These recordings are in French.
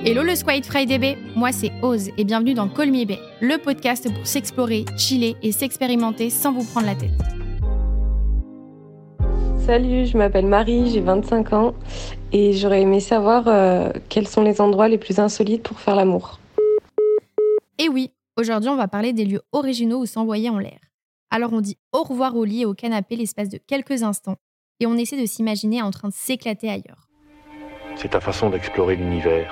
Hello le Squid Friday Bay, moi c'est Oz et bienvenue dans Call Me Bay, le podcast pour s'explorer, chiller et s'expérimenter sans vous prendre la tête. Salut, je m'appelle Marie, j'ai 25 ans et j'aurais aimé savoir quels sont les endroits les plus insolites pour faire l'amour. Et oui, aujourd'hui on va parler des lieux originaux où s'envoyer en l'air. Alors on dit au revoir au lit et au canapé l'espace de quelques instants et on essaie de s'imaginer en train de s'éclater ailleurs. C'est ta façon d'explorer l'univers.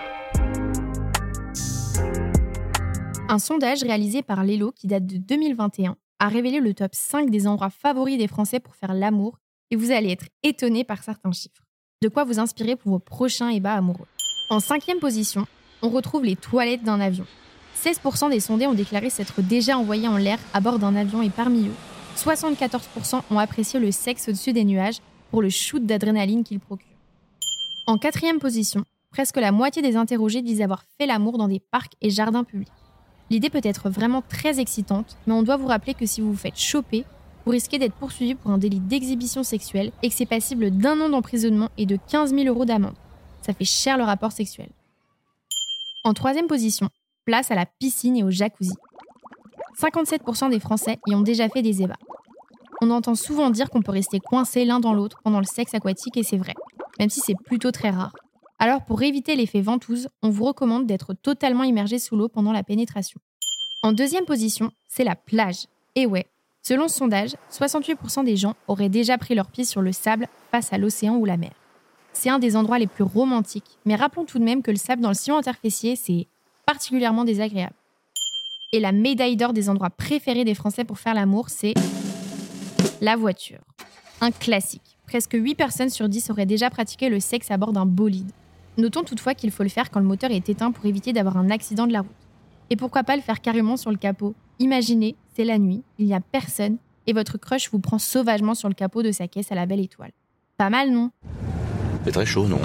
Un sondage réalisé par l'Elo qui date de 2021 a révélé le top 5 des endroits favoris des Français pour faire l'amour et vous allez être étonnés par certains chiffres. De quoi vous inspirer pour vos prochains ébats amoureux. En 5e position, on retrouve les toilettes d'un avion. 16% des sondés ont déclaré s'être déjà envoyés en l'air à bord d'un avion et parmi eux, 74% ont apprécié le sexe au-dessus des nuages pour le shoot d'adrénaline qu'il procure. En 4e position, presque la moitié des interrogés disent avoir fait l'amour dans des parcs et jardins publics. L'idée peut être vraiment très excitante, mais on doit vous rappeler que si vous vous faites choper, vous risquez d'être poursuivi pour un délit d'exhibition sexuelle et que c'est passible d'1 an d'emprisonnement et de 15 000 € d'amende. Ça fait cher le rapport sexuel. En 3e position, place à la piscine et au jacuzzi. 57% des Français y ont déjà fait des ébats. On entend souvent dire qu'on peut rester coincé l'un dans l'autre pendant le sexe aquatique et c'est vrai, même si c'est plutôt très rare. Alors pour éviter l'effet ventouse, on vous recommande d'être totalement immergé sous l'eau pendant la pénétration. En 2e position, c'est la plage. Et ouais, selon ce sondage, 68% des gens auraient déjà pris leurs pieds sur le sable face à l'océan ou la mer. C'est un des endroits les plus romantiques, mais rappelons tout de même que le sable dans le sillon interfessier, c'est particulièrement désagréable. Et la médaille d'or des endroits préférés des Français pour faire l'amour, c'est la voiture. Un classique. Presque 8 personnes sur 10 auraient déjà pratiqué le sexe à bord d'un bolide. Notons toutefois qu'il faut le faire quand le moteur est éteint pour éviter d'avoir un accident de la route. Et pourquoi pas le faire carrément sur le capot ? Imaginez, c'est la nuit, il n'y a personne, et votre crush vous prend sauvagement sur le capot de sa caisse à la belle étoile. Pas mal, non ? C'est très chaud, non ?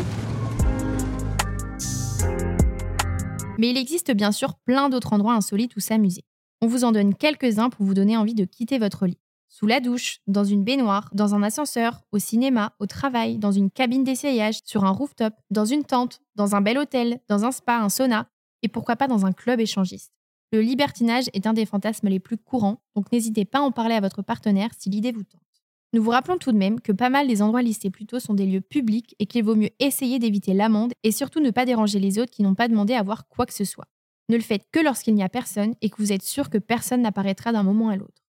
Mais il existe bien sûr plein d'autres endroits insolites où s'amuser. On vous en donne quelques-uns pour vous donner envie de quitter votre lit. Sous la douche, dans une baignoire, dans un ascenseur, au cinéma, au travail, dans une cabine d'essayage, sur un rooftop, dans une tente, dans un bel hôtel, dans un spa, un sauna, et pourquoi pas dans un club échangiste. Le libertinage est un des fantasmes les plus courants, donc n'hésitez pas à en parler à votre partenaire si l'idée vous tente. Nous vous rappelons tout de même que pas mal des endroits listés plus tôt sont des lieux publics et qu'il vaut mieux essayer d'éviter l'amende et surtout ne pas déranger les autres qui n'ont pas demandé à voir quoi que ce soit. Ne le faites que lorsqu'il n'y a personne et que vous êtes sûr que personne n'apparaîtra d'un moment à l'autre.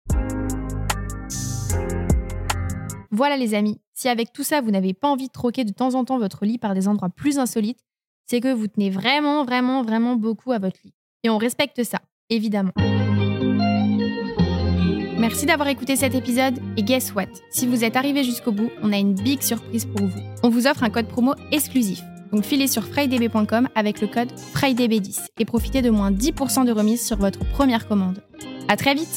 Voilà les amis, si avec tout ça vous n'avez pas envie de troquer de temps en temps votre lit par des endroits plus insolites, c'est que vous tenez vraiment beaucoup à votre lit. Et on respecte ça, évidemment. Merci d'avoir écouté cet épisode et guess what ? Si vous êtes arrivé jusqu'au bout, on a une big surprise pour vous. On vous offre un code promo exclusif. Donc filez sur fridaybay.com avec le code FRIDAYBAY10 et profitez de moins 10% de remise sur votre première commande. À très vite !